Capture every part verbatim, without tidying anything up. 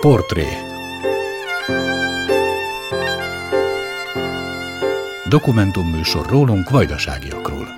Portré. Dokumentumműsor rólunk, vajdaságiakról.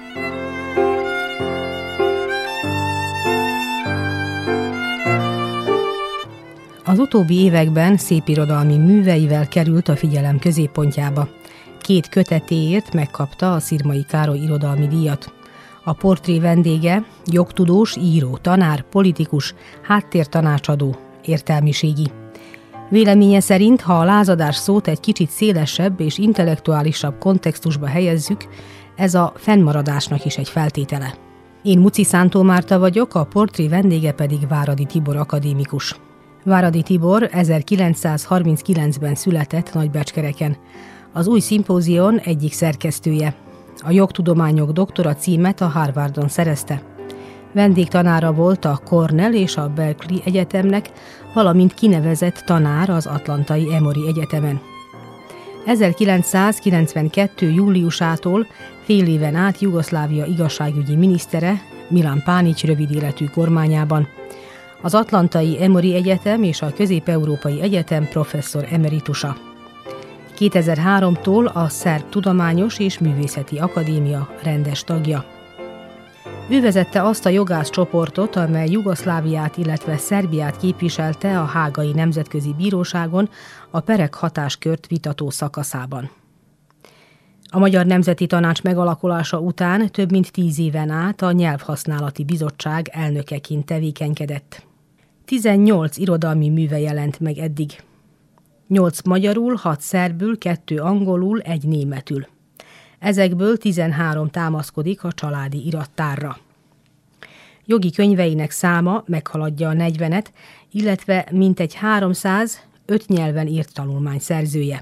Az utóbbi években szépirodalmi műveivel került a figyelem középpontjába. Két kötetéért megkapta a Szirmai Károly irodalmi díjat. A portré vendége jogtudós, író, tanár, politikus, háttértanácsadó, értelmiségi. Véleménye szerint, ha a lázadás szót egy kicsit szélesebb és intellektuálisabb kontextusba helyezzük, ez a fennmaradásnak is egy feltétele. Én Muci Szántó Márta vagyok, a portré vendége pedig Váradi Tibor akadémikus. Váradi Tibor ezerkilencszázharminckilencben született Nagybecskereken. Az új szimpózion egyik szerkesztője. A jogtudományok doktora címet a Harvardon szerezte. Vendégtanára volt a Cornell és a Berkeley egyetemnek, valamint kinevezett tanár az Atlantai Emory Egyetemen. ezerkilencszázkilencvenkettő júliusától fél éven át Jugoszlávia igazságügyi minisztere Milan Panić rövid életű kormányában. Az Atlantai Emory Egyetem és a Közép-Európai Egyetem professzor emeritusa. kétezer-háromtól a Szerb Tudományos és Művészeti Akadémia rendes tagja. Ő vezette azt a jogász csoportot, amely Jugoszláviát, illetve Szerbiát képviselte a Hágai Nemzetközi Bíróságon a perek hatáskört vitató szakaszában. A Magyar Nemzeti Tanács megalakulása után több mint tíz éven át a Nyelvhasználati Bizottság elnökeként tevékenykedett. tizennyolc irodalmi műve jelent meg eddig. nyolc magyarul, hat szerbül, kettő angolul, egy németül. Ezekből tizenhárom támaszkodik a családi irattárra. Jogi könyveinek száma meghaladja a negyvenet, illetve mintegy háromszáz, öt nyelven írt tanulmány szerzője.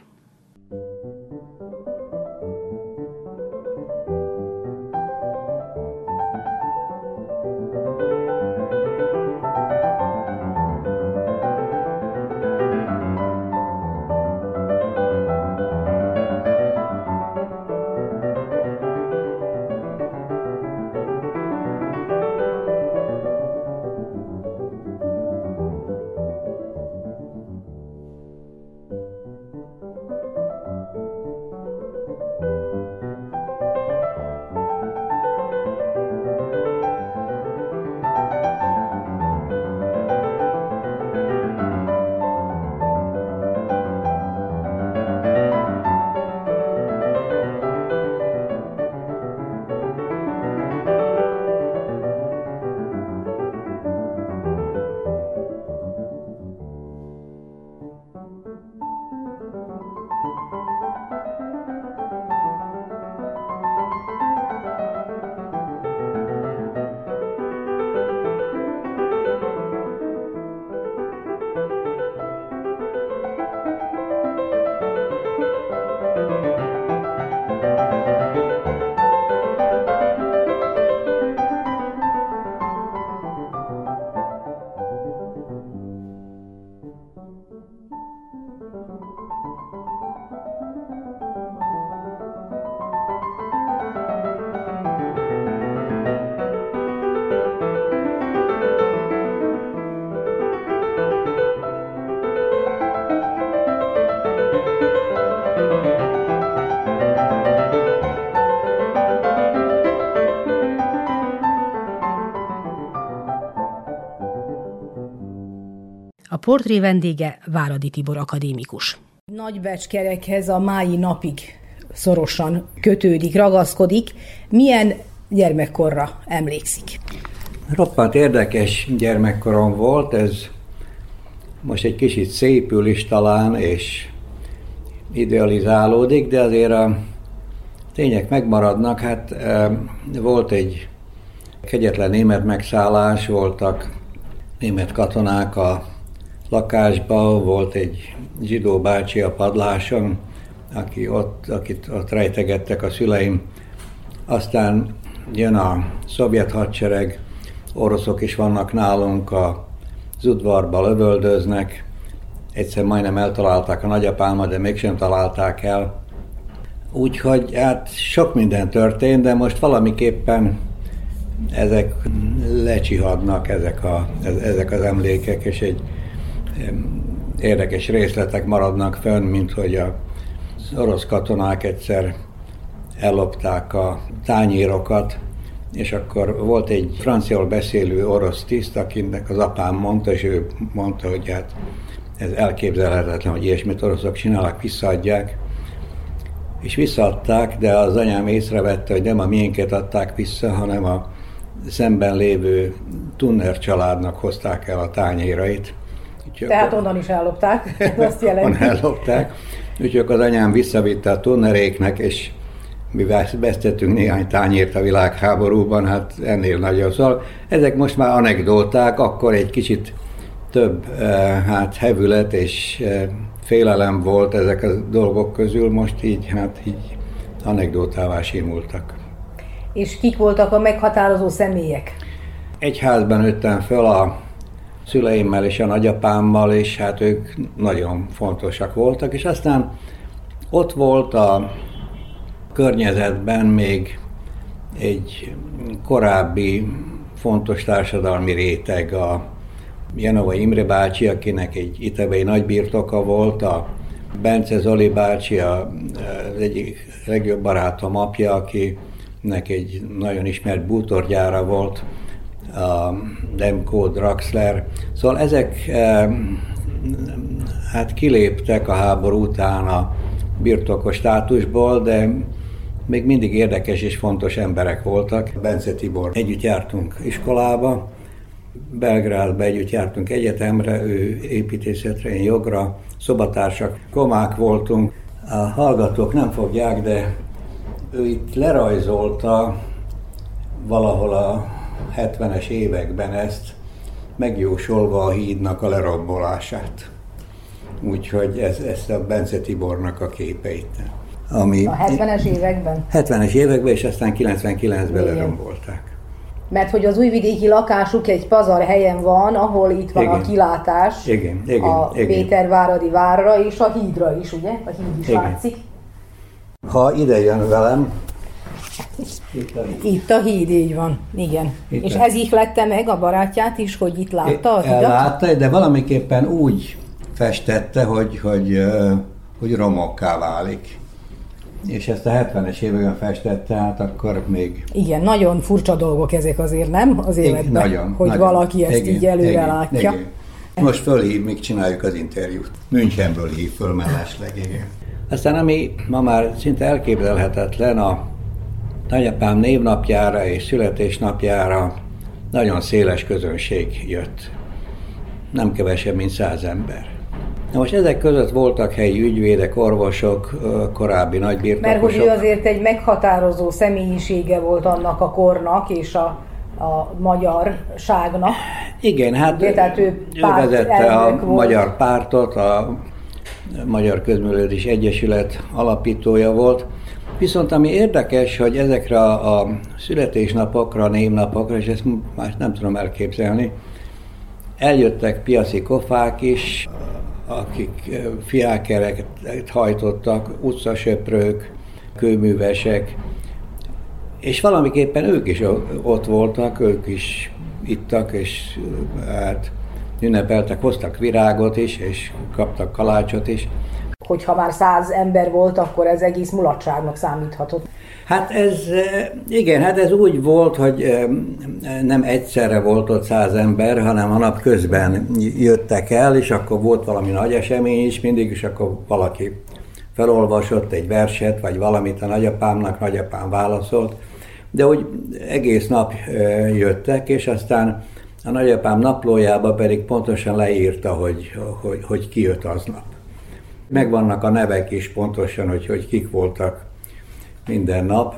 A portré vendége Váradi Tibor akadémikus. Nagybecskerekhez a mai napig szorosan kötődik, ragaszkodik. Milyen gyermekkorra emlékszik? Roppant érdekes gyermekkorom volt, ez most egy kicsit szépül is talán, és idealizálódik, de azért a tények megmaradnak. Hát volt egy kegyetlen német megszállás, voltak német katonák a lakásban, volt egy zsidó bácsi a padláson, aki ott, akit ott rejtegettek a szüleim. Aztán jön a szovjet hadsereg, oroszok is vannak nálunk, az udvarba lövöldöznek. Egyszer majdnem eltalálták a nagyapámat, de mégsem találták el. Úgyhogy hát sok minden történt, de most valamiképpen ezek lecsihadnak, ezek, a, ezek az emlékek, és egy érdekes részletek maradnak fönn, mint hogy az orosz katonák egyszer ellopták a tányérokat, és akkor volt egy franciául beszélő orosz tiszt, akinek az apám mondta, és ő mondta, hogy hát ez elképzelhetetlen, hogy ilyesmit oroszok csinálnak, visszaadják. És visszaadták, de az anyám észrevette, hogy nem a miénket adták vissza, hanem a szemben lévő Tunner családnak hozták el a tányérait. Úgyhogy tehát akkor, onnan is ellopták, azt jelenti. Onnan ellopták, úgyhogy az anyám visszavitte a Tunneréknek, és mivel vesztettünk néhány tányért a világháborúban, hát ennél nagyobb. Szóval ezek most már anekdóták, akkor egy kicsit több hát hevület és félelem volt ezek a dolgok közül, most így, hát így anekdótává simultak. És kik voltak a meghatározó személyek? Egy házban nőttem föl a szüleimmel és a nagyapámmal, és hát ők nagyon fontosak voltak, és aztán ott volt a környezetben még egy korábbi fontos társadalmi réteg, a Jenova Imre bácsi, akinek egy itebei nagybirtoka volt, a Bence Zoli bácsi, az egyik legjobb barátom apja, akinek egy nagyon ismert bútorgyára volt, a Demko Draxler. Szóval ezek hát kiléptek a háború után a birtokos státusból, de még mindig érdekes és fontos emberek voltak. Bence Tibor, együtt jártunk iskolába, Belgrádba együtt jártunk egyetemre, ő építészetre, én jogra, szobatársak, komák voltunk. A hallgatók nem fogják, de ő itt lerajzolta valahol a hetvenes években ezt, megjósolva a hídnak a lerombolását. Úgyhogy ez, ez a Bence Tibornak a képeit. Ami a hetvenes években? hetvenes években, és aztán kilencvenkilencben lerombolták. Mert hogy az újvidéki lakásuk egy pazar helyen van, ahol itt van igen. a kilátás igen, igen, a igen. Péterváradi várra és a hídra is, ugye? A híd is igen. látszik. Ha ide jön velem, itt a híd, itt a híd így van, igen. Itt és ez ihlette meg a barátját is, hogy itt látta a hidat? Látta, de valamiképpen úgy festette, hogy, hogy, hogy romokká válik. És ezt a hetvenes években festette, hát akkor még... Igen, nagyon furcsa dolgok ezek azért, nem? Az életben, nagyon, hogy nagyon. valaki ezt igen, így előre igen, látja. Igen. Most fölhív, még csináljuk az interjút. Münchenből hív föl mellesleg, igen. Aztán ami ma már szinte elképzelhetetlen, a nagyapám névnapjára és születésnapjára nagyon széles közönség jött. Nem kevesebb, mint száz ember. Na most ezek között voltak helyi ügyvédek, orvosok, korábbi nagybirtokosok. Mert hogy ő azért egy meghatározó személyisége volt annak a kornak és a, a magyarságnak. Igen, hát ugye, tehát ő, ő vezette a volt. Magyar Pártot, a Magyar Közművelődés Egyesület alapítója volt. Viszont ami érdekes, hogy ezekre a, a születésnapokra, névnapokra, és ezt már nem tudom elképzelni, eljöttek piaci kofák is, akik fiákereket hajtottak, utcasöprők, kőművesek, és valamiképpen ők is ott voltak, ők is ittak, és hát ünnepeltek, hoztak virágot is, és kaptak kalácsot is. Hogyha már száz ember volt, akkor ez egész mulatságnak számíthatott. Hát ez, igen, hát ez úgy volt, hogy nem egyszerre volt ott száz ember, hanem a nap közben jöttek el, és akkor volt valami nagy esemény is mindig, és akkor valaki felolvasott egy verset, vagy valamit a nagyapámnak, nagyapám válaszolt, de úgy egész nap jöttek, és aztán a nagyapám naplójába pedig pontosan leírta, hogy, hogy, hogy ki jött aznap. Megvannak a nevek is pontosan, hogy, hogy kik voltak minden nap.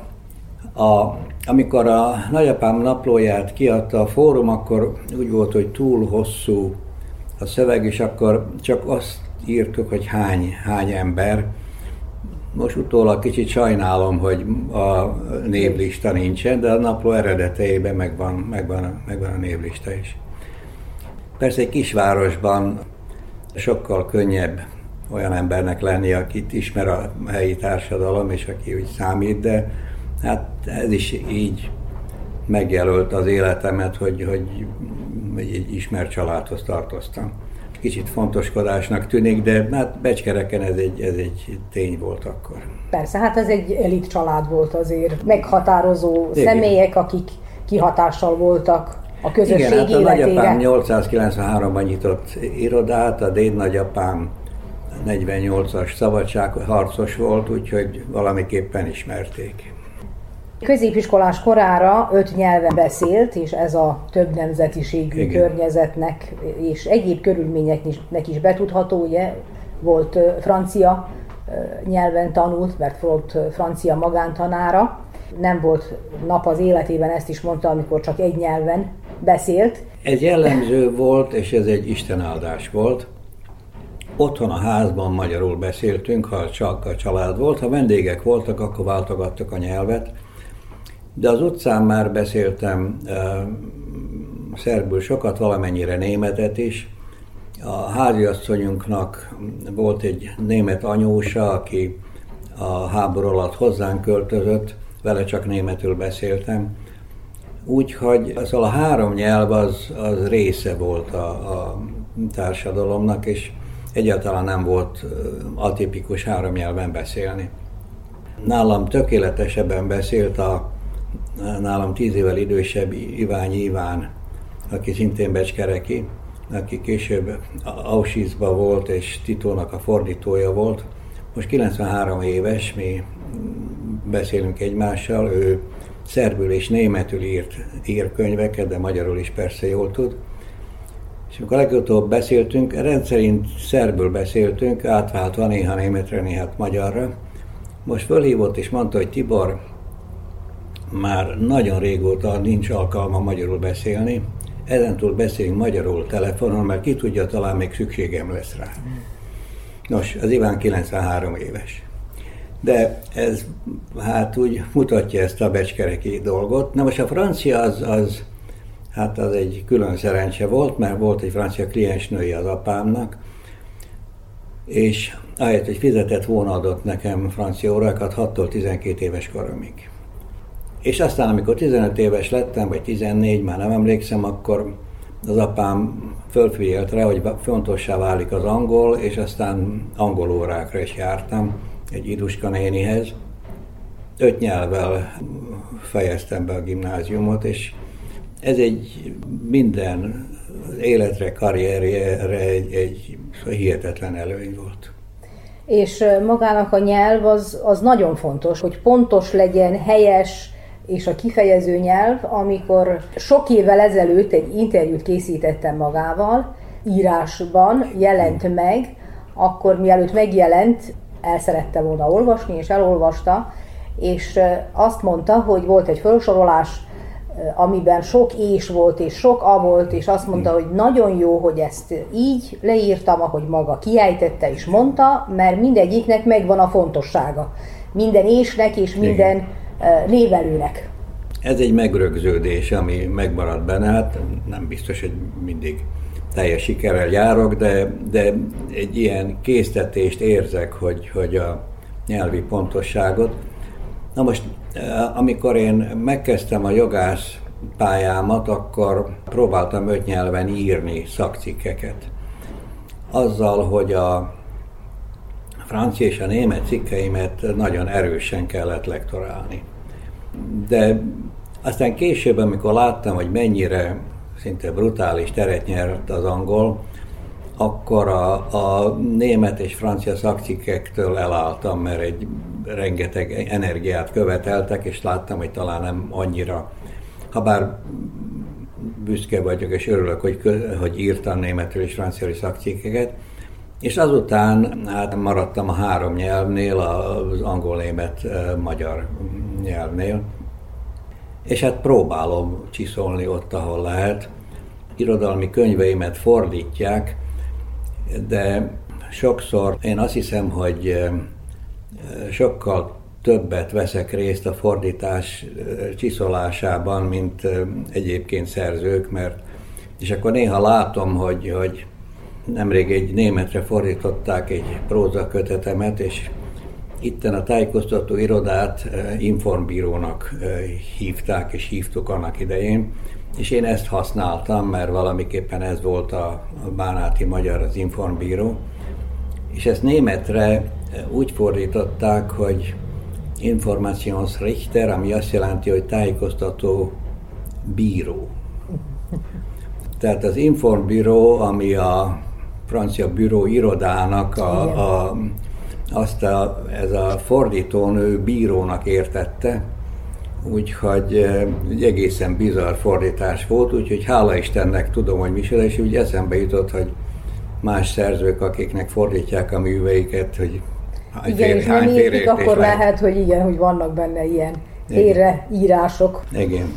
A, amikor a nagyapám naplóját kiadta a Fórum, akkor úgy volt, hogy túl hosszú a szöveg, és akkor csak azt írtuk, hogy hány, hány ember. Most utólag kicsit sajnálom, hogy a névlista nincsen, de a napló eredeteiben megvan, megvan, megvan a névlista is. Persze egy kisvárosban sokkal könnyebb olyan embernek lenni, akit ismer a helyi társadalom, és aki úgy számít, de hát ez is így megjelölt az életemet, hogy, hogy egy ismert családhoz tartoztam. kicsit fontoskodásnak tűnik, de hát Becskereken ez egy, ez egy tény volt akkor. Persze, hát ez egy elit család volt azért, meghatározó igen. személyek, akik kihatással voltak a közösség igen, hát a életére. nagyapám nyolcszázkilencvenháromban nyitott irodát, a dédnagyapám negyvennyolcas szabadságharcos volt, úgyhogy valamiképpen ismerték. Középiskolás korára öt nyelven beszélt, és ez a több nemzetiségű igen. környezetnek és egyéb körülményeknek is betudható, ugye volt francia nyelven tanult, mert volt francia magántanára. Nem volt nap az életében, ezt is mondta, amikor csak egy nyelven beszélt. Ez jellemző volt, és ez egy istenáldás volt. Otthon a házban magyarul beszéltünk, ha csak a család volt, ha vendégek voltak, akkor váltogattak a nyelvet. De az utcán már beszéltem uh, szerbül sokat, valamennyire németet is. A háziasszonyunknak volt egy német anyósa, aki a háború alatt hozzánk költözött, vele csak németül beszéltem. Úgyhogy szóval a három nyelv az, az része volt a, a társadalomnak, és egyáltalán nem volt atipikus három nyelven beszélni. Nálam tökéletesebben beszélt a nálam tíz évvel idősebb Iványi Iván, aki szintén becskereki, aki később Auschwitzban volt, és Titónak a fordítója volt. Most kilencvenhárom éves, mi beszélünk egymással, ő szerbül és németül írt, ír könyveket, de magyarul is persze jól tud. És amikor legutóbb beszéltünk, rendszerint szerbül beszéltünk, átváltva néha németre, néha magyarra. Most fölhívott és mondta, hogy Tibor, már nagyon régóta nincs alkalma magyarul beszélni, ezentúl beszélünk magyarul telefonon, mert ki tudja, talán még szükségem lesz rá. Nos, az Iván kilencvenhárom éves. De ez hát úgy mutatja ezt a becskereki dolgot. Na most a francia az, az, hát az egy külön szerencse volt, mert volt egy francia kliensnője az apámnak, és ahelyett, hogy fizetett volna, adott nekem francia órákat hattól tizenkét éves koromig. És aztán, amikor tizenöt éves lettem, vagy tizennégy, már nem emlékszem, akkor az apám fölfigyelt rá, hogy fontossá válik az angol, és aztán angol órákra is jártam egy Iduska nénihez. Öt nyelvvel fejeztem be a gimnáziumot, és ez egy minden életre, karrierre egy, egy hihetetlen előny volt. És magának a nyelv az, az nagyon fontos, hogy pontos legyen, helyes, és a kifejező nyelv, amikor sok évvel ezelőtt egy interjút készítettem magával, írásban jelent meg, akkor mielőtt megjelent, el szerette volna olvasni, és elolvasta, és azt mondta, hogy volt egy felsorolás, amiben sok és volt, és sok a volt, és azt mondta, hogy nagyon jó, hogy ezt így leírtam, ahogy maga kiejtette és mondta, mert mindegyiknek megvan a fontossága. Minden ésnek és minden igen. névelőnek. Ez egy megrögződés, ami megmaradt benne, hát nem biztos, hogy mindig teljes sikerrel járok, de, de egy ilyen késztetést érzek, hogy, hogy a nyelvi pontosságot. Na most, amikor én megkezdtem a jogász pályámat, akkor próbáltam öt nyelven írni szakcikkeket. Azzal, hogy a francia és a német cikkeimet nagyon erősen kellett lektorálni. De aztán később, amikor láttam, hogy mennyire szinte brutális teret nyert az angol, akkor a, a német és francia szakcikkektől elálltam, mert egy rengeteg energiát követeltek, és láttam, hogy talán nem annyira, habár büszke vagyok, és örülök, hogy, hogy írtam németül és franciául szakcikkeket, és azután hát maradtam a három nyelvnél, az angol, német, magyar nyelvnél, és hát próbálom csiszolni ott, ahol lehet. Irodalmi könyveimet fordítják, de sokszor én azt hiszem, hogy sokkal többet veszek részt a fordítás csiszolásában, mint egyébként szerzők, mert és akkor néha látom, hogy, hogy nemrég egy németre fordították egy prózakötetemet, és itten a tájékoztató irodát informbírónak hívták, és hívtuk annak idején, és én ezt használtam, mert valamiképpen ez volt a bánáti magyar, az informbíró, és ezt németre úgy fordították, hogy Informationsrichter, ami azt jelenti, hogy tájékoztató bíró. Tehát az informbíró, ami a francia büró irodának a, a, azt a, ez a fordítónő bírónak értette, úgyhogy egy egészen bizarr fordítás volt, úgyhogy hála Istennek tudom, hogy micsoda, és úgy eszembe jutott, hogy más szerzők, akiknek fordítják a műveiket, hogy hány igen, fér, és nem értik, akkor lehet, lehet, hogy igen, hogy vannak benne ilyen félreírások. Igen.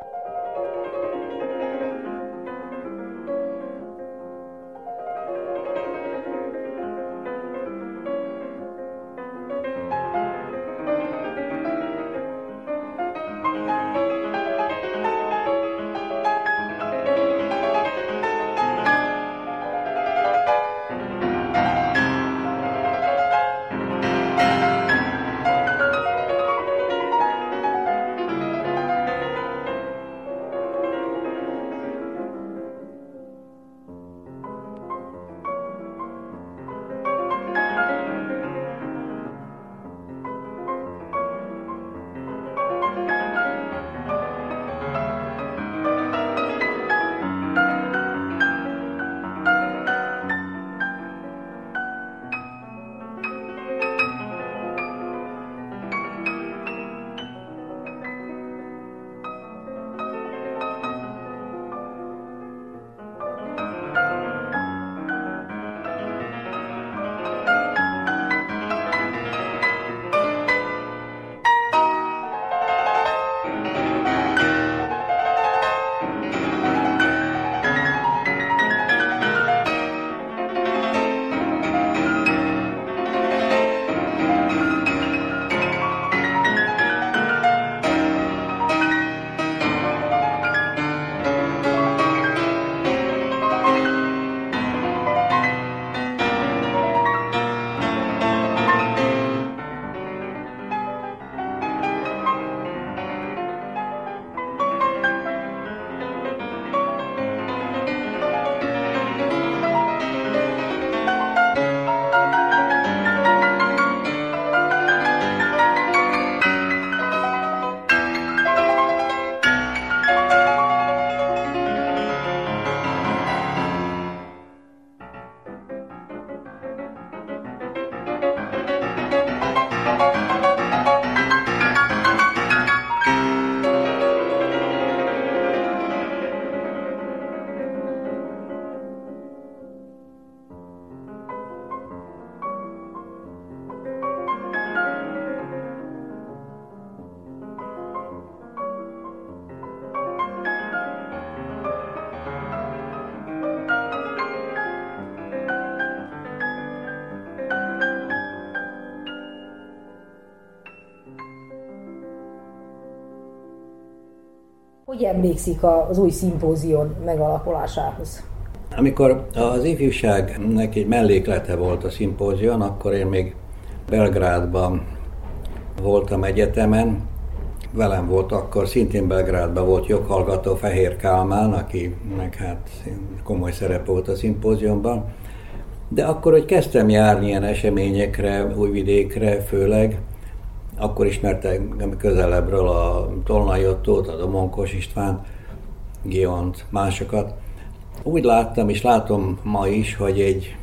Hogy emlékszik az új szimpózion megalakulásához? Amikor az ifjúságnak egy melléklete volt a szimpózion, akkor én még Belgrádban voltam egyetemen. Velem volt akkor, szintén Belgrádban volt joghallgató Fehér Kálmán, akinek hát komoly szerep volt a szimpózionban. De akkor, hogy kezdtem járni ilyen eseményekre, Újvidékre főleg, akkor ismertem közelebbről a Tolnai Ottót, a Domonkos Istvánt, Giont, másokat. Úgy láttam, és látom ma is, hogy egy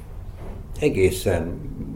egészen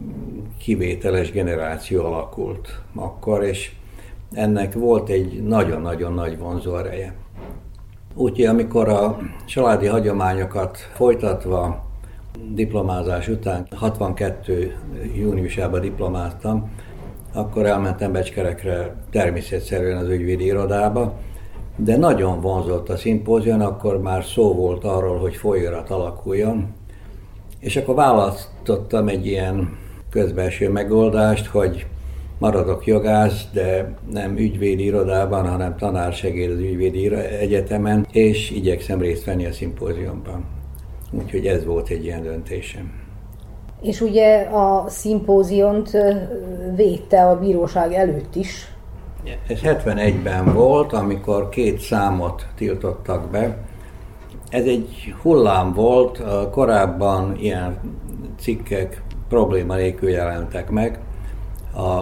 kivételes generáció alakult akkor, és ennek volt egy nagyon-nagyon nagy vonzó ereje. Úgyhogy amikor a családi hagyományokat folytatva, diplomázás után, hatvankettő júniusában diplomáztam, akkor elmentem Becskerekre természetszerűen az ügyvédi irodába, de nagyon vonzott a szimpózion, akkor már szó volt arról, hogy folyóirat alakuljon, és akkor választottam egy ilyen közbelső megoldást, hogy maradok jogász, de nem ügyvédi irodában, hanem tanársegéd az ügyvédi egyetemen, és igyekszem részt venni a szimpóziumban. Úgyhogy ez volt egy ilyen döntésem. És ugye a szimpóziont védte a bíróság előtt is. Ez hetvenegyben volt, amikor két számot tiltottak be. Ez egy hullám volt, korábban ilyen cikkek probléma nélkül jelentek meg. A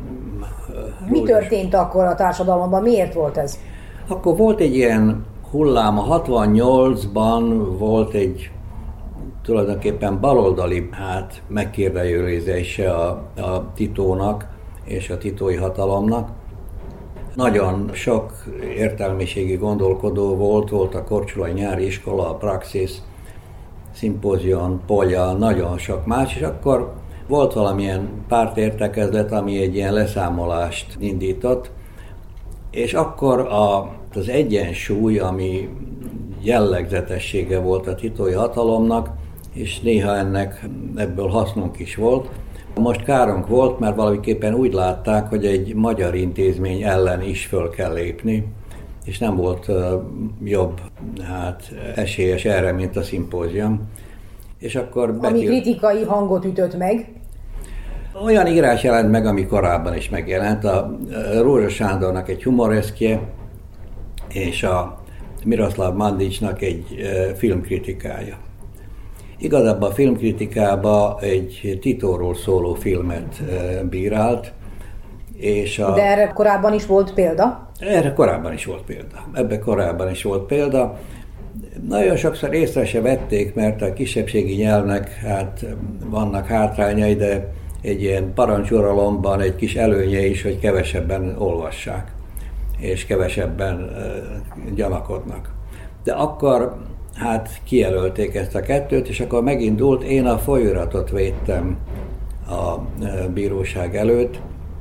Mi történt akkor a társadalomban? Miért volt ez? Akkor volt egy ilyen hullám, a hatvannyolcban volt egy tulajdonképpen baloldali hát, megkérdőjelezése a, a Titónak és a titói hatalomnak. Nagyon sok értelmiségi gondolkodó volt, volt a Korcsolai Nyári Iskola, a Praxis, Szimpózion, Polya, nagyon sok más, és akkor volt valamilyen pártértekezlet, ami egy ilyen leszámolást indított, és akkor a, az egyensúly, ami jellegzetessége volt a titói hatalomnak, és néha ennek ebből hasznunk is volt. Most kárunk volt, mert valamiképpen úgy látták, hogy egy magyar intézmény ellen is föl kell lépni, és nem volt uh, jobb hát, esélyes erre, mint a szimpózium. És akkor ami betilt... kritikai hangot ütött meg. Olyan írás jelent meg, ami korábban is megjelent. A Rózsa Sándornak egy humoreszkje, és a Miroslav Mandićnak egy uh, filmkritikája. Igazából a filmkritikában egy Titóról szóló filmet bírált. És a... De erre korábban is volt példa? Erre korábban is volt példa. Ebbe korábban is volt példa. Nagyon sokszor észre se vették, mert a kisebbségi nyelvnek hát vannak hátrányai, de egy ilyen parancsuralomban egy kis előnye is, hogy kevesebben olvassák, és kevesebben uh, gyanakodnak. De akkor hát kijelölték ezt a kettőt, és akkor megindult, én a folyóiratot védtem a bíróság előtt.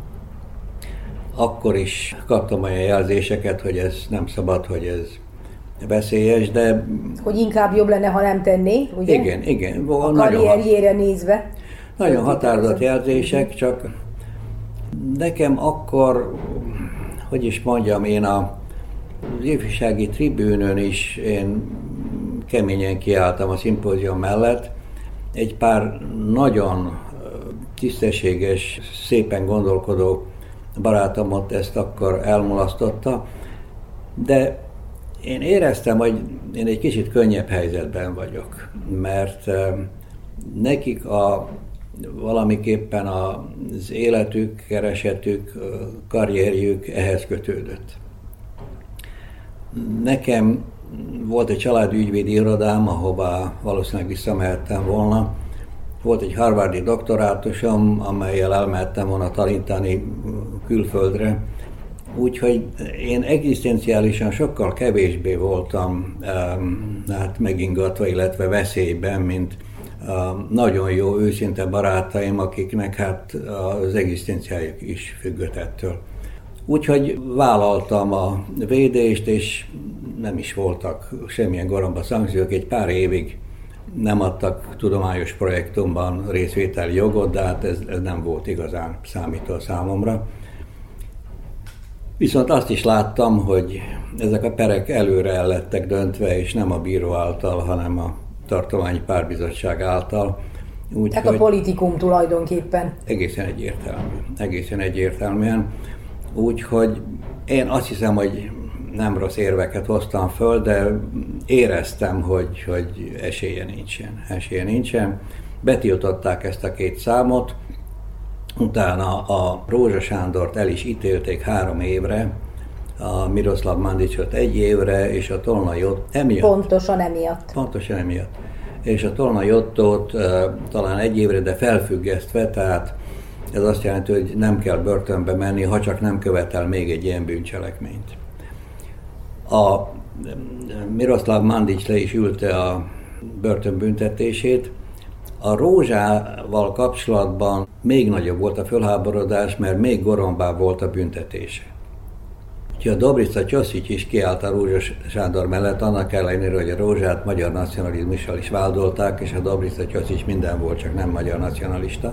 Akkor is kaptam olyan jelzéseket, hogy ez nem szabad, hogy ez veszélyes, de... Hogy inkább jobb lenne, ha nem tenné, ugye? Igen, igen. A karrierjére nézve. Nagyon határozott jelzések, csak nekem akkor, hogy is mondjam, én a az ifjúsági tribűnön is én keményen kiálltam a szimpózium mellett. Egy pár nagyon tisztességes, szépen gondolkodó barátomot ezt akkor elmulasztotta, de én éreztem, hogy én egy kicsit könnyebb helyzetben vagyok, mert nekik a, valamiképpen az életük, keresetük, karrierjük ehhez kötődött. Nekem volt egy családi ügyvédi irodám, ahová valószínűleg visszamehettem volna. Volt egy harvardi doktorátusom, amellyel elmehettem volna tanítani külföldre. Úgyhogy én egzisztenciálisan sokkal kevésbé voltam hát megingatva, illetve veszélyben, mint a nagyon jó, őszinte barátaim, akiknek hát az egzisztenciájuk is függött ettől. Úgyhogy vállaltam a védést, és nem is voltak semmilyen goromba szankciók. Egy pár évig nem adtak tudományos projektumban részvételi jogot, de hát ez, ez nem volt igazán számító számomra. Viszont azt is láttam, hogy ezek a perek előre el lettek döntve, és nem a bíró által, hanem a tartományi pártbizottság által. Úgy, Tehát a politikum tulajdonképpen. Egészen egyértelmű. Egészen egyértelműen. Úgyhogy én azt hiszem, hogy nem rossz érveket hoztam föl, de éreztem, hogy, hogy esélye nincsen. Esélye nincsen. Betiltották ezt a két számot, utána a Rózsa Sándort el is ítélték három évre, a Miroslav Mandićot egy évre, és a Tolnai Ottót emiatt. Pontosan emiatt. Pontosan emiatt. És a Tolnai Ottót uh, talán egy évre, de felfüggesztve, tehát ez azt jelenti, hogy nem kell börtönbe menni, ha csak nem követel még egy ilyen bűncselekményt. A Miroslav Mandić le is ülte a börtönbüntetését. A Rózsával kapcsolatban még nagyobb volt a fölháborodás, mert még gorombább volt a büntetése. Úgyhogy a Dobrica Ćosić is kiállt a Rózsa Sándor mellett, annak ellenére, hogy a Rózsát magyar nacionalizmussal is vádolták, és a Dobrica Ćosić minden volt, csak nem magyar nacionalista.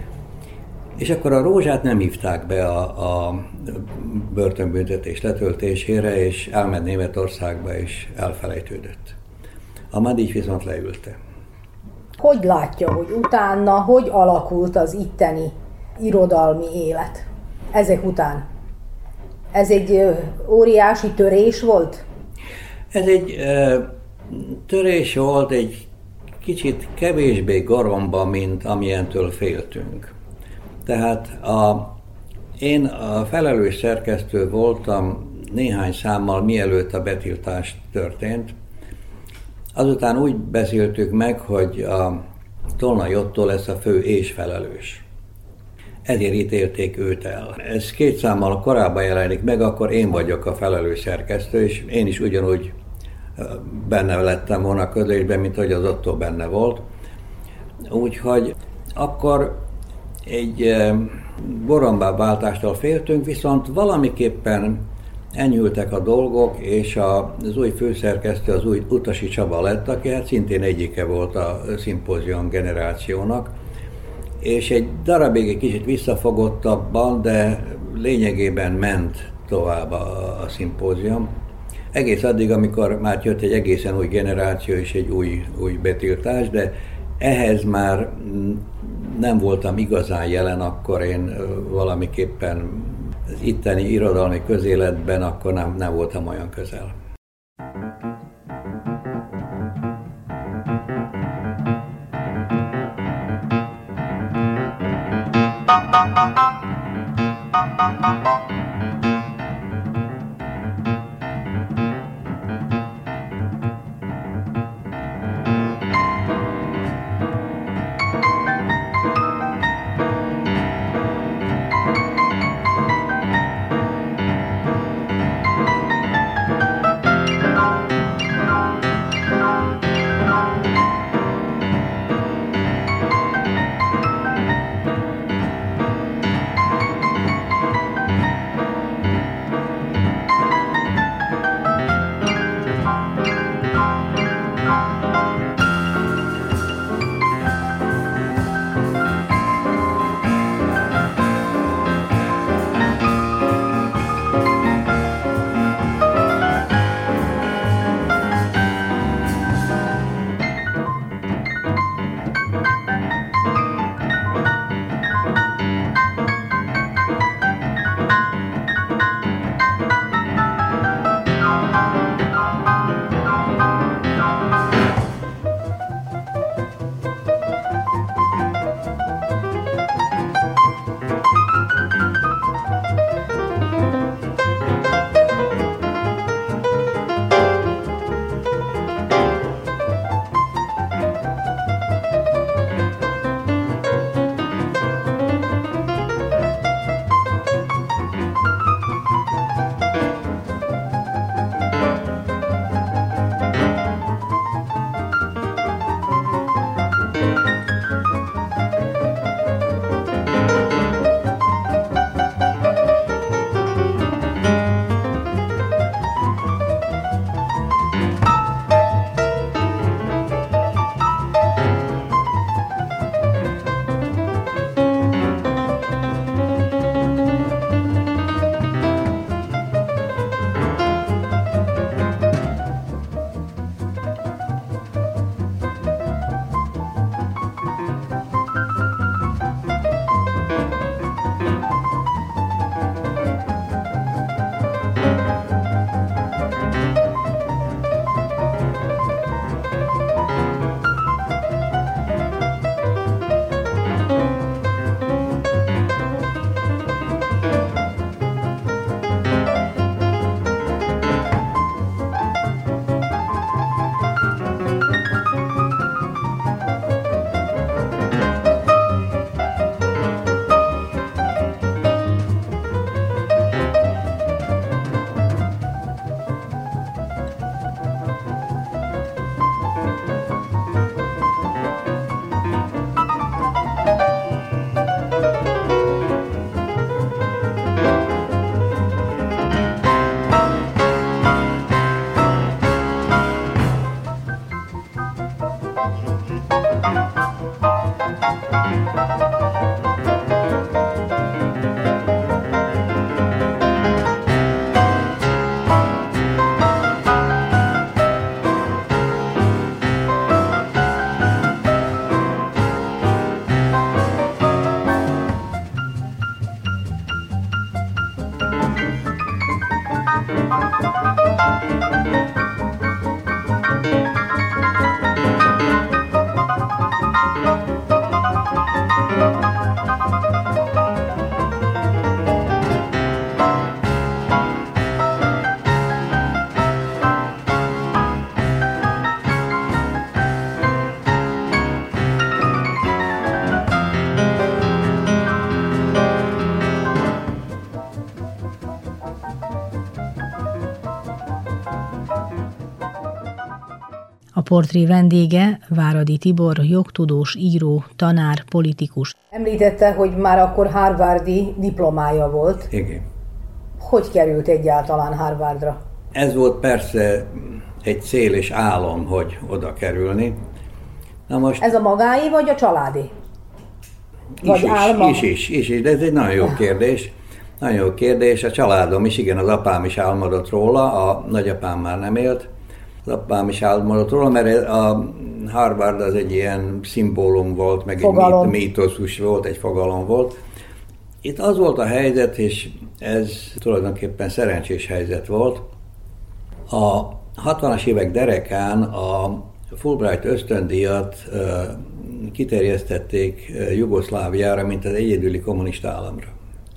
És akkor a Rózsát nem hívták be a, a börtönbüntetés letöltésére, és elment Németországba, és elfelejtődött. A Mandić viszont leülte. Hogy látja, hogy utána, hogy alakult az itteni irodalmi élet ezek után? Ez egy óriási törés volt? Ez egy ö, törés volt, egy kicsit kevésbé garomba, mint amilyentől féltünk. Tehát a, én a felelős szerkesztő voltam néhány számmal, mielőtt a betiltás történt. Azután úgy beszéltük meg, hogy a Tolnai Ottó lesz a fő és felelős. Ezért ítélték őt el. Ez két számmal korábban jelenik meg, akkor én vagyok a felelős szerkesztő, és én is ugyanúgy benne lettem volna a közlésben, mint hogy az Ottó benne volt. Úgyhogy akkor egy borombább váltástól féltünk, viszont valamiképpen enyhültek a dolgok, és az új főszerkesztő, az új Utasi Csaba lett, aki hát szintén egyike volt a szimpózium generációnak, és egy darabig egy kicsit visszafogottabban, de lényegében ment tovább a, a szimpózium. Egész addig, amikor már jött egy egészen új generáció és egy új, új betiltás, de ehhez már nem voltam igazán jelen, akkor én valamiképpen az itteni irodalmi közéletben akkor nem, nem voltam olyan közel. A portré vendége Váradi Tibor, jogtudós, író, tanár, politikus. Említette, hogy már akkor harvardi diplomája volt. Igen. Hogy került egyáltalán Harvardra? Ez volt persze egy cél és álom, hogy oda kerülni. Na most, ez a magáé vagy a családé? Vagy is, álma? Is, is, is, is, de ez egy nagyon jó kérdés. Nagyon jó kérdés. A családom is, igen, az apám is álmodott róla, a nagyapám már nem élt. Az apám is álmodott róla, mert a Harvard az egy ilyen szimbólum volt, meg fogalom. Egy mítoszus volt, egy fogalom volt. Itt az volt a helyzet, és ez tulajdonképpen szerencsés helyzet volt. A hatvanas évek derekán a Fulbright ösztöndíjat uh, kiterjesztették uh, Jugoszláviára, mint az egyedüli kommunista államra.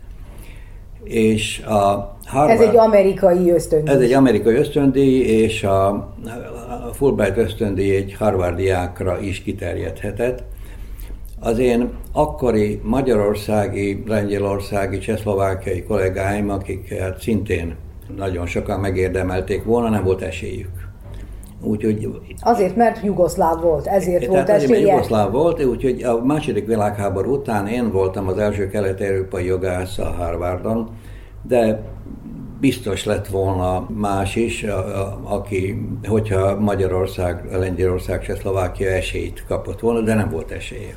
És a Harvard, ez egy amerikai ösztöndíj. Ez egy amerikai ösztöndíj, és a, a Fulbright ösztöndíj egy harvardiákra is kiterjedhetett. Az én akkori magyarországi, lengyelországi, csehszlovákiai kollégáim, akiket szintén nagyon sokan megérdemelték volna, nem volt esélyük. Úgyhogy, azért, mert jugoszláv volt, ezért volt tehát esélye. Azért, jugoszláv volt, úgyhogy a második világháború után én voltam az első kelet-európai jogász a Harvardon, de biztos lett volna más is, a, a, aki, hogyha Magyarország, Lengyelország, Csehszlovákia esélyt kapott volna, de nem volt esélye.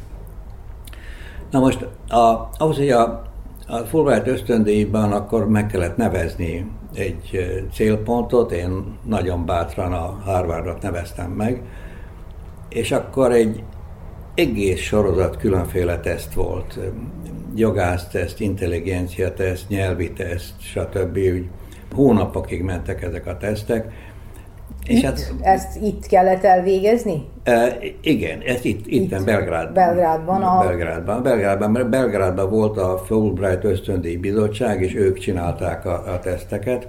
Na most a, ahhoz, hogy a, a Fulbright ösztöndíjban akkor meg kellett nevezni egy célpontot, én nagyon bátran a Harvardot neveztem meg, és akkor egy egész sorozat különféle teszt volt. Jogászteszt, intelligenciateszt, nyelvi teszt, stb. Hónapokig mentek ezek a tesztek. És itt? Hát, ezt itt kellett elvégezni? E, igen, ezt itt, itt, itt Belgrádban. Belgrádban, a... Belgrádban. Belgrádban. Belgrádban volt a Fulbright ösztöndíj bizottság, és ők csinálták a, a teszteket.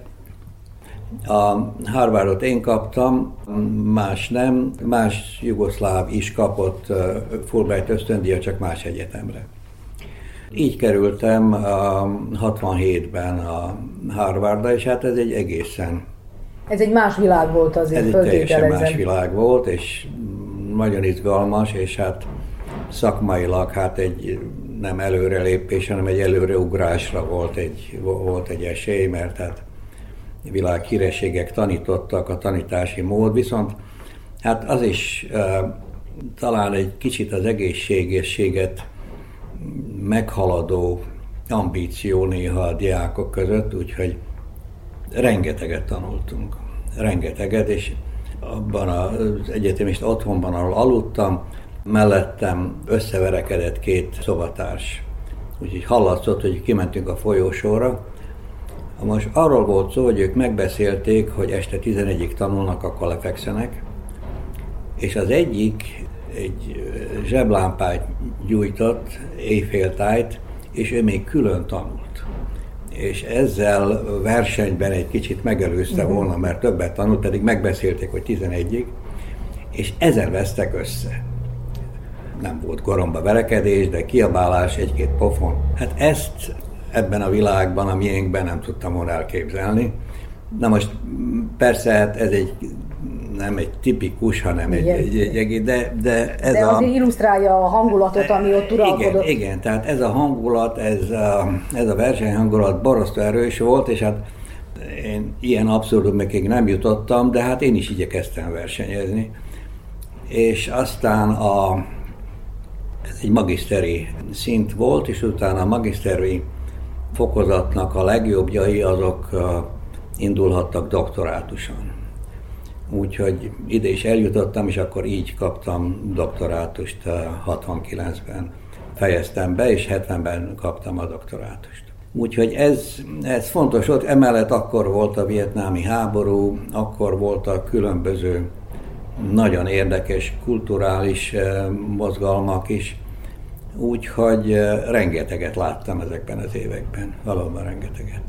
A Harvardot én kaptam, más nem, más jugoszláv is kapott Fulbright ösztöndíjat, csak más egyetemre. Így kerültem a hatvanhétben a Harvardra, és hát ez egy egészen... Ez egy más világ volt azért, Ez egy teljesen más világ volt, és nagyon izgalmas, és hát szakmailag hát egy nem előrelépés, hanem egy előreugrásra volt egy, volt egy esély, mert hát világhírességek tanítottak, a tanítási mód, viszont hát az is e, talán egy kicsit az egészségességet meghaladó ambíció néha a diákok között, úgyhogy rengeteget tanultunk, rengeteget, és abban az egyetemista otthonban, ahol aludtam, mellettem összeverekedett két szobatárs. Úgyhogy hallatszott, hogy kimentünk a folyósóra. Most arról volt szó, hogy ők megbeszélték, hogy este tizenegyig tanulnak, akkor lefekszenek, és az egyik egy zseblámpát gyújtott, éjféltájt, és ő még külön tanult. És ezzel versenyben egy kicsit megelőzte uh-huh. volna, mert többet tanult, pedig megbeszélték, hogy tizenegyig, és ezen vesztek össze. Nem volt goromba verekedés, de kiabálás, egy-két pofon. Hát ezt ebben a világban, a miénkben nem tudtam volna elképzelni. Na most persze hát ez egy nem egy tipikus, hanem egy, egy, egy, egy de, de ez de a... azért illusztrálja a hangulatot, ami ott uralkodott. Igen, igen, tehát ez a hangulat, ez a, ez a versenyhangulat borzasztó erős volt, és hát én ilyen abszurdumokig nem jutottam, de hát én is igyekeztem versenyezni. És aztán a, ez egy magiszteri szint volt, és utána a magiszteri fokozatnak a legjobbjai azok indulhattak doktorátuson. Úgyhogy ide is eljutottam, és akkor így kaptam doktorátust, hatvankilencben fejeztem be, és hetvenben kaptam a doktorátust. Úgyhogy ez, ez fontos volt, emellett akkor volt a vietnámi háború, akkor voltak különböző nagyon érdekes kulturális mozgalmak is, úgyhogy rengeteget láttam ezekben az években, valóban rengeteget.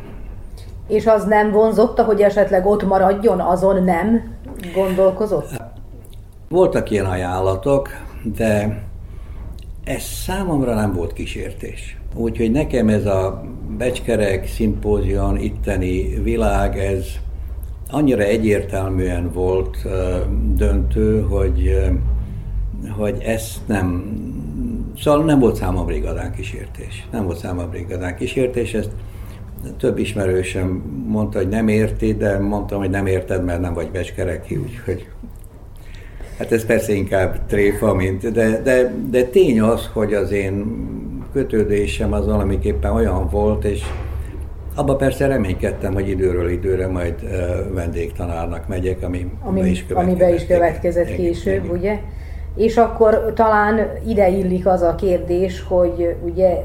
És az nem vonzotta, hogy esetleg ott maradjon, azon nem gondolkozott? Voltak ilyen ajánlatok, de ez számomra nem volt kísértés. Úgyhogy nekem ez a becskerek, szimpózion, itteni világ, ez annyira egyértelműen volt döntő, hogy, hogy ezt nem, szóval nem volt számomra brigadán kísértés. Nem volt számomra brigadán kísértés, ezt több ismerősöm mondta, hogy nem érti, de mondtam, hogy nem érted, mert nem vagy becskereki, úgyhogy hát ez persze inkább tréfa, mint, de, de, de tény az, hogy az én kötődésem az valamiképpen olyan volt, és abba persze reménykedtem, hogy időről időre majd uh, vendégtanárnak megyek, ami ami, be is következett, amiben is következett igen, később, igen. ugye? És akkor talán ide illik az a kérdés, hogy ugye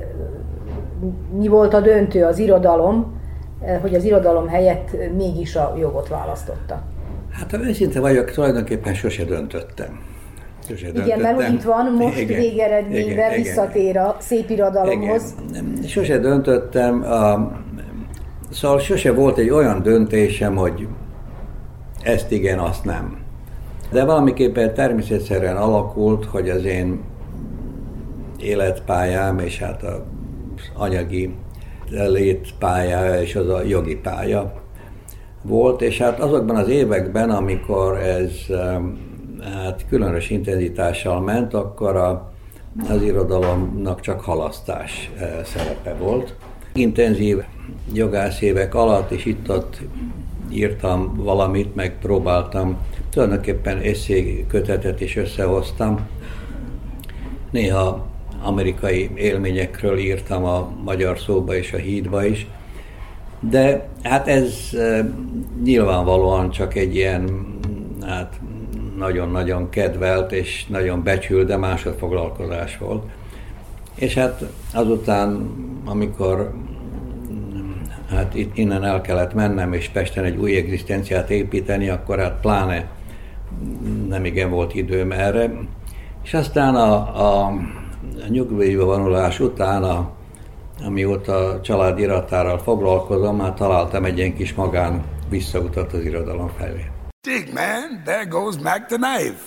mi volt a döntő, az irodalom, hogy az irodalom helyett mégis a jogot választotta. Hát ha őszinte vagyok, tulajdonképpen sose döntöttem. Sose igen, döntöttem. mert itt van, most igen, végeredményben igen, visszatér a szép irodalomhoz. Igen. Sose döntöttem, a, szóval sose volt egy olyan döntésem, hogy ezt igen, azt nem. De valamiképpen természetszerűen alakult, hogy az én életpályám és hát az anyagi létpályája és az a jogi pálya volt, és hát azokban az években, amikor ez hát különös intenzitással ment, akkor a, az irodalomnak csak halasztás szerepe volt. Intenzív jogász évek alatt is itt-ott írtam valamit, meg próbáltam, tulajdonképpen esszé kötetet is összehoztam. Néha amerikai élményekről írtam a Magyar Szóba és a Hídba is, de hát ez e, nyilvánvalóan csak egy ilyen hát nagyon-nagyon kedvelt és nagyon becsült, de másodfoglalkozás volt. És hát azután, amikor hát itt innen el kellett mennem, és Pesten egy új egzisztenciát építeni, akkor hát pláne nem igen volt időm erre. És aztán a, a nyugdíjba vonulás után, a, amióta a család iratárral foglalkozom, hát találtam egy ilyen kis magán visszautat az irodalom felé. Dig, man, there goes Mac the knife.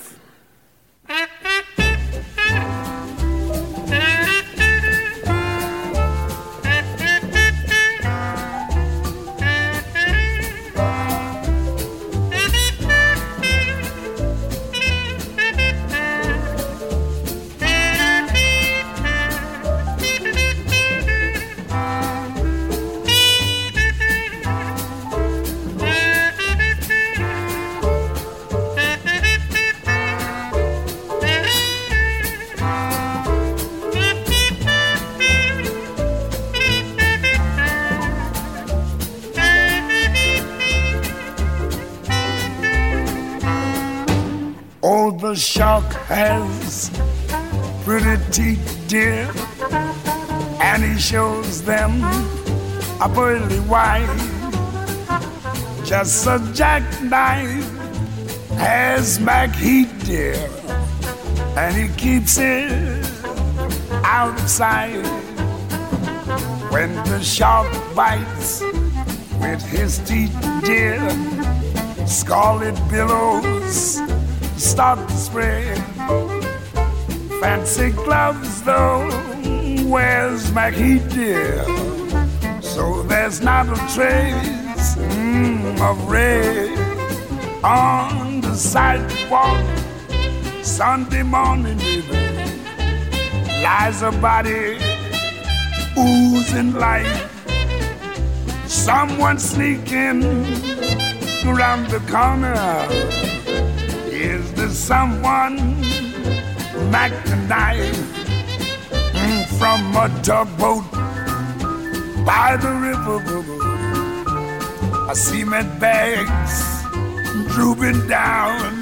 The shark has pretty teeth, dear, and he shows them a pearly white. Just a jackknife has Mac Heat, dear, and he keeps it out of sight. When the shark bites with his teeth, dear, scarlet billows start to spread. Fancy gloves though wears Mac Heat, dear, so there's not a trace mm, of red on the sidewalk. Sunday morning, baby, lies a body oozing life. Someone sneaking around the corner. Is there someone Mac the knife mm, from a tugboat by the river? I cement bags drooping down.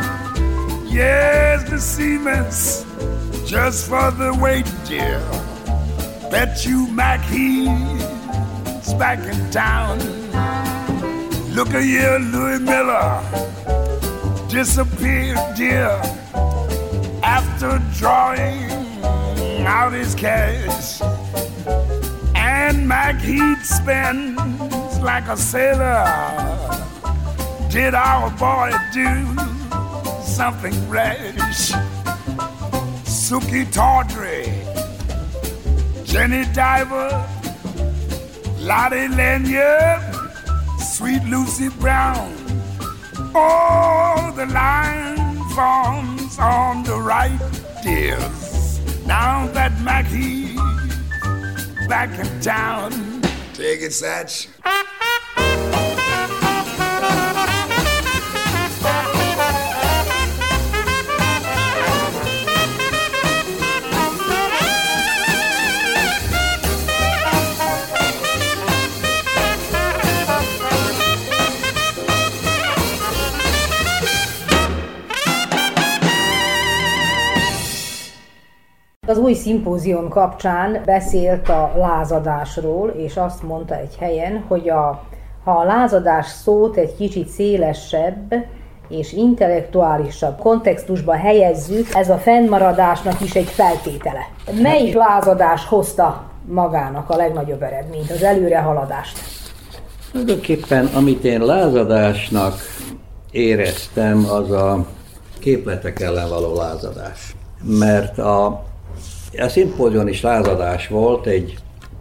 Yes, the cement's just for the weight, dear. Bet you Mac he's back in town. Look at here, Louis Miller disappeared, dear, after drawing out his cash. And Mac Heat spends like a sailor. Did our boy do something rash? Suki Tawdry, Jenny Diver, Lottie Lanyard, Sweet Lucy Brown, Oh, the line forms on the right, dears. Now that Mackie's back in town. Take it, Satch. Az új szimpózium kapcsán beszélt a lázadásról, és azt mondta egy helyen, hogy a, ha a lázadás szót egy kicsit szélesebb és intellektuálisabb kontextusba helyezzük, ez a fennmaradásnak is egy feltétele. Melyik lázadás hozta magának a legnagyobb eredményt, az előrehaladást? Tulajdonképpen, amit én lázadásnak éreztem, az a képletek ellen való lázadás. Mert a A szimpózion is lázadás volt, egy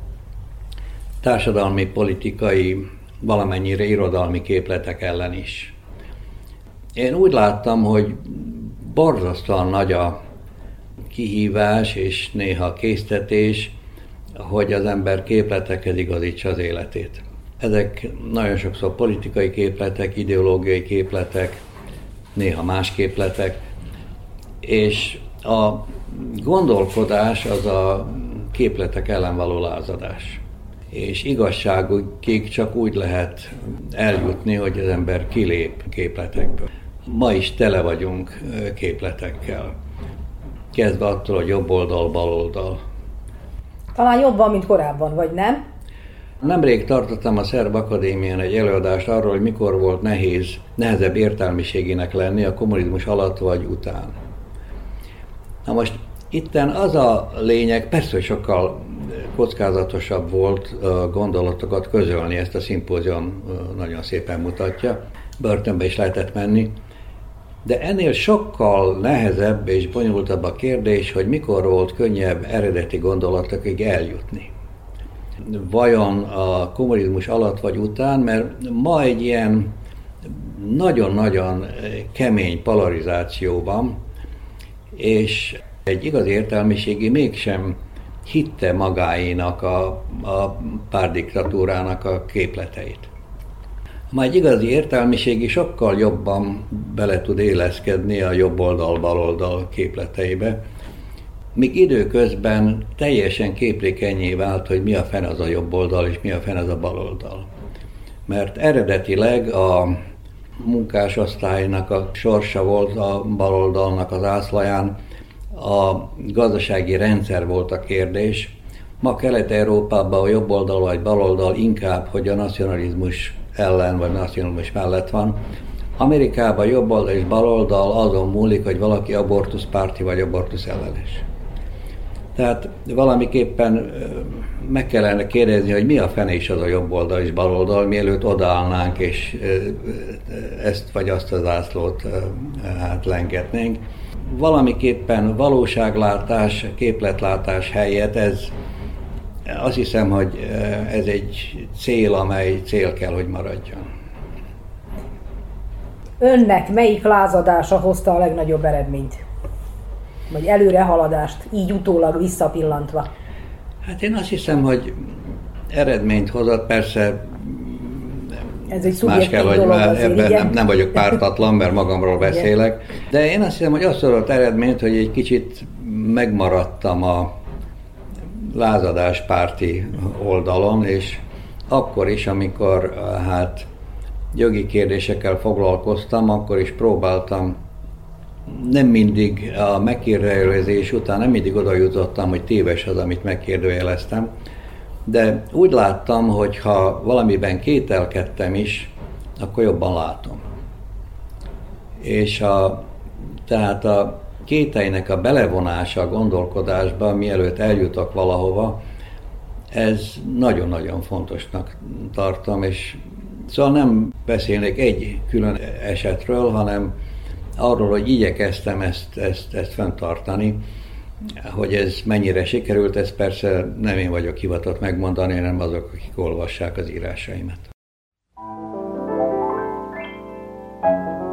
társadalmi, politikai, valamennyire irodalmi képletek ellen is. Én úgy láttam, hogy borzasztóan nagy a kihívás és néha késztetés, hogy az ember képletekhez igazítsa az életét. Ezek nagyon sokszor politikai képletek, ideológiai képletek, néha más képletek, és a gondolkodás az a képletek ellen való lázadás. És igazságukig csak úgy lehet eljutni, hogy az ember kilép képletekből. Ma is tele vagyunk képletekkel. Kezdve attól, hogy jobb oldal, bal oldal. Talán jobban, mint korábban, vagy nem? Nemrég tartottam a Szerb Akadémián egy előadást arról, hogy mikor volt nehéz, nehezebb értelmiségének lenni a kommunizmus alatt vagy után. Na most itten az a lényeg, persze, hogy sokkal kockázatosabb volt gondolatokat közölni, ezt a szimpózium nagyon szépen mutatja, börtönbe is lehetett menni, de ennél sokkal nehezebb és bonyolultabb a kérdés, hogy mikor volt könnyebb eredeti gondolatokig eljutni. Vajon a kommunizmus alatt vagy után, mert ma egy ilyen nagyon-nagyon kemény polarizációban, és egy igazi értelmiségi mégsem hitte magáénak a, a párdiktatúrának a képleteit. Ma egy igazi értelmiségi sokkal jobban bele tud éleszkedni a jobb oldal, bal oldal képleteibe, míg időközben teljesen képlékennyé vált, hogy mi a fene az a jobb oldal és mi a fene az a bal oldal. Mert eredetileg a munkásosztálynak a sorsa volt a baloldalnak az ászlaján, a gazdasági rendszer volt a kérdés. Ma Kelet-Európában a jobb oldal vagy baloldal inkább, hogy a nacionalizmus ellen vagy nacionalizmus mellett van. Amerikában jobb oldal és baloldal azon múlik, hogy valaki abortuszpárti vagy abortusz ellenes. Tehát valamiképpen meg kellene kérdezni, hogy mi a fene is az a jobb oldal és bal oldal, mielőtt odaállnánk és ezt vagy azt az zászlót hát lengetnénk. Valamiképpen valóságlátás, képletlátás helyett ez, azt hiszem, hogy ez egy cél, amely cél kell, hogy maradjon. Önnek melyik lázadása hozta a legnagyobb eredményt? Vagy előrehaladást, így utólag visszapillantva? Hát én azt hiszem, hogy eredményt hozott, persze ez egy más kell, hogy ebben nem, nem vagyok pártatlan, mert magamról beszélek, de én azt hiszem, hogy azt hozott eredményt, hogy egy kicsit megmaradtam a lázadáspárti oldalon, és akkor is, amikor hát jogi kérdésekkel foglalkoztam, akkor is próbáltam, nem mindig a megkérdőjelezés után, nem mindig oda jutottam, hogy téves az, amit megkérdőjeleztem, de úgy láttam, hogy ha valamiben kételkedtem is, akkor jobban látom. És a, tehát a kételynek a belevonása a gondolkodásba, mielőtt eljutok valahova, ez nagyon-nagyon fontosnak tartom, és szóval nem beszélnék egy külön esetről, hanem arról, hogy igyekeztem ezt, ezt, ezt fenntartani. Hogy ez mennyire sikerült, ez persze nem én vagyok hivatott megmondani, hanem azok, akik olvassák az írásaimat.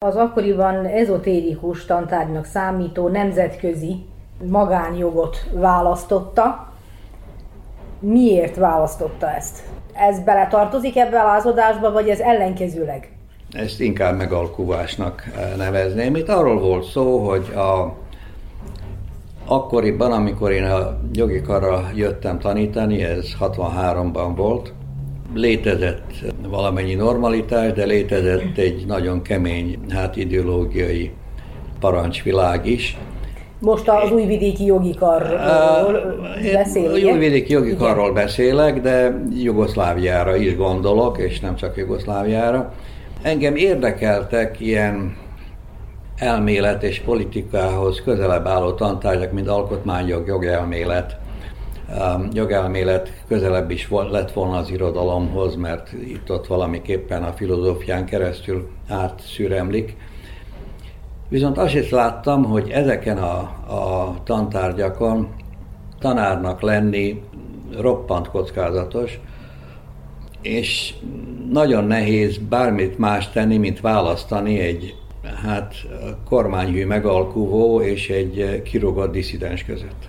Az akkoriban ezotérikus tantárgynak számító nemzetközi magánjogot választotta. Miért választotta ezt? Ez beletartozik ebbe a lázadásba, vagy ez ellenkezőleg? Ezt inkább megalkuvásnak nevezném. Itt arról volt szó, hogy a, akkoriban, amikor én a jogi karra jöttem tanítani, ez hatvanháromban volt, létezett valamennyi normalitás, de létezett egy nagyon kemény, hát ideológiai parancsvilág is. Most az újvidéki jogi karról beszél, ugye? Újvidéki jogi karról beszélek, de Jugoszláviára is gondolok, és nem csak Jugoszláviára. Engem érdekeltek ilyen elmélet és politikához közelebb álló tantárgyak, mint alkotmányjog, jogelmélet. Jogelmélet közelebb is lett volna az irodalomhoz, mert itt-ott valamiképpen a filozófián keresztül átszüremlik. Viszont azt is láttam, hogy ezeken a, a tantárgyakon tanárnak lenni roppant kockázatos, és nagyon nehéz bármit más tenni, mint választani egy hát kormányhű megalkuvó és egy kirúgott disszidens között.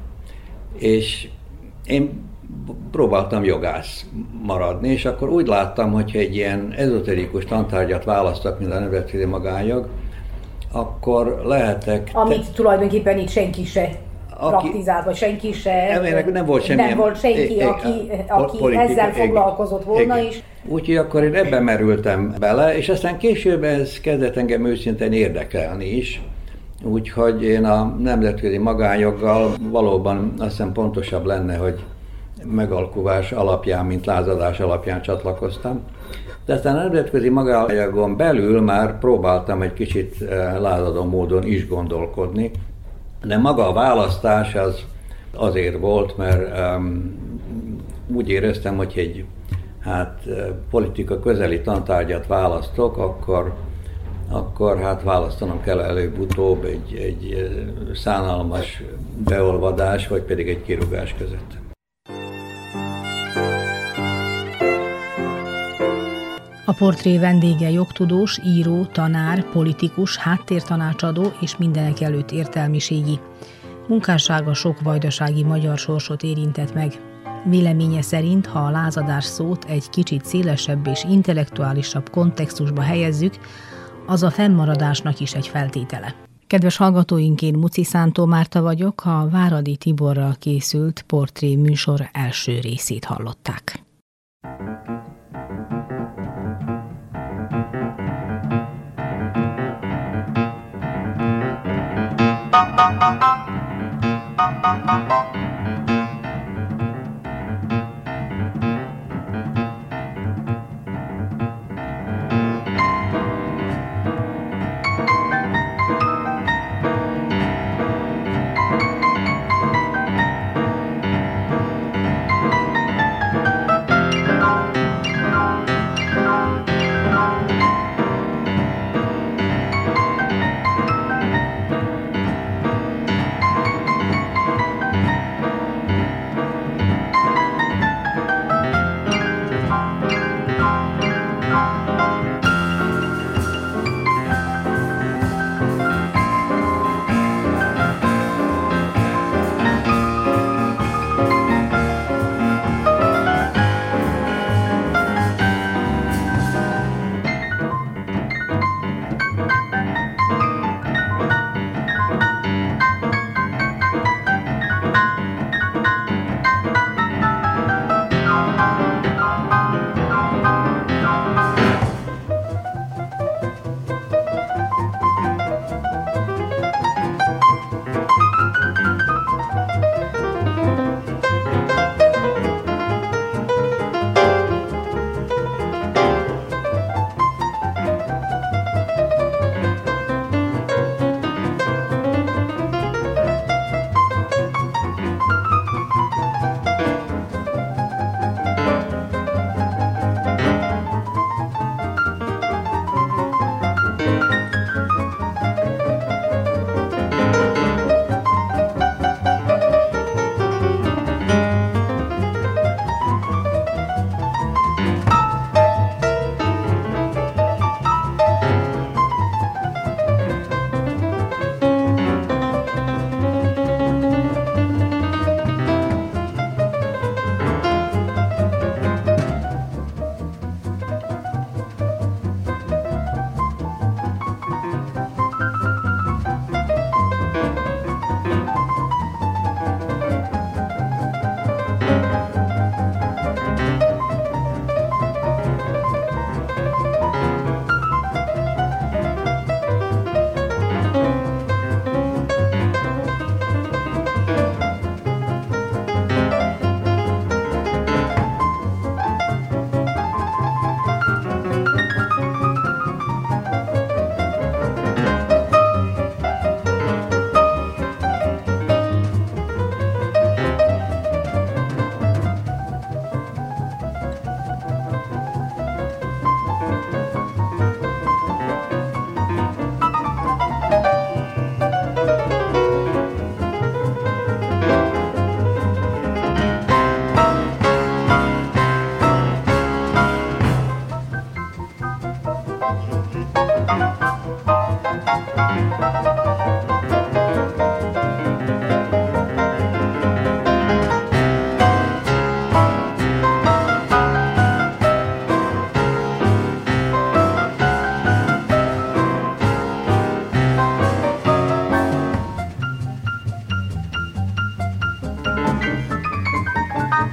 És én próbáltam jogász maradni, és akkor úgy láttam, hogy egy ilyen ezoterikus tantárgyat választok, mint a nemzetközi magánjog, akkor lehetek... Amit te... tulajdonképpen itt senki se aki... praktizált, vagy senki se... Nem volt semmi... Nem volt senki, aki, aki politika, ezzel foglalkozott volna igen. is. Úgyhogy akkor én ebben merültem bele, és aztán később ez kezdett engem őszintén érdekelni is. Úgyhogy én a nemzetközi magánjoggal valóban azt hiszem pontosabb lenne, hogy megalkuvás alapján, mint lázadás alapján csatlakoztam. De aztán a nemzetközi magánjogon belül már próbáltam egy kicsit lázadó módon is gondolkodni, de maga a választás az azért volt, mert um, úgy éreztem, hogy egy hát, politika közeli tantárgyat választok, akkor akkor hát választanom kell előbb-utóbb egy, egy szánalmas beolvadás, vagy pedig egy kirúgás között. A portré vendége jogtudós, író, tanár, politikus, háttértanácsadó és mindenek előtt értelmiségi. Munkássága sok vajdasági magyar sorsot érintett meg. Véleménye szerint, ha a lázadás szót egy kicsit szélesebb és intellektuálisabb kontextusba helyezzük, az a fennmaradásnak is egy feltétele. Kedves hallgatóink, én Muci Szántó Márta vagyok, a Váradi Tiborral készült portré műsor első részét hallották.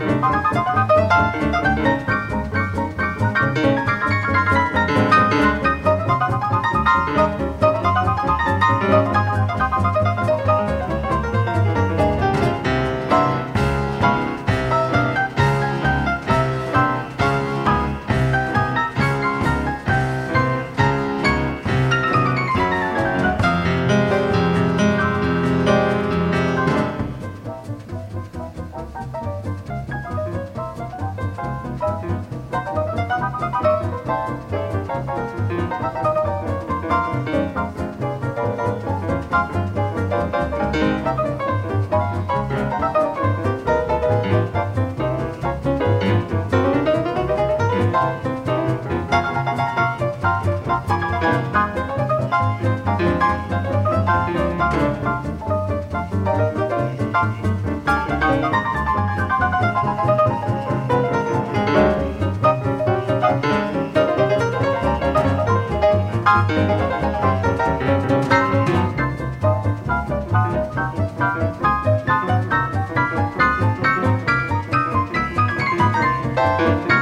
Thank you.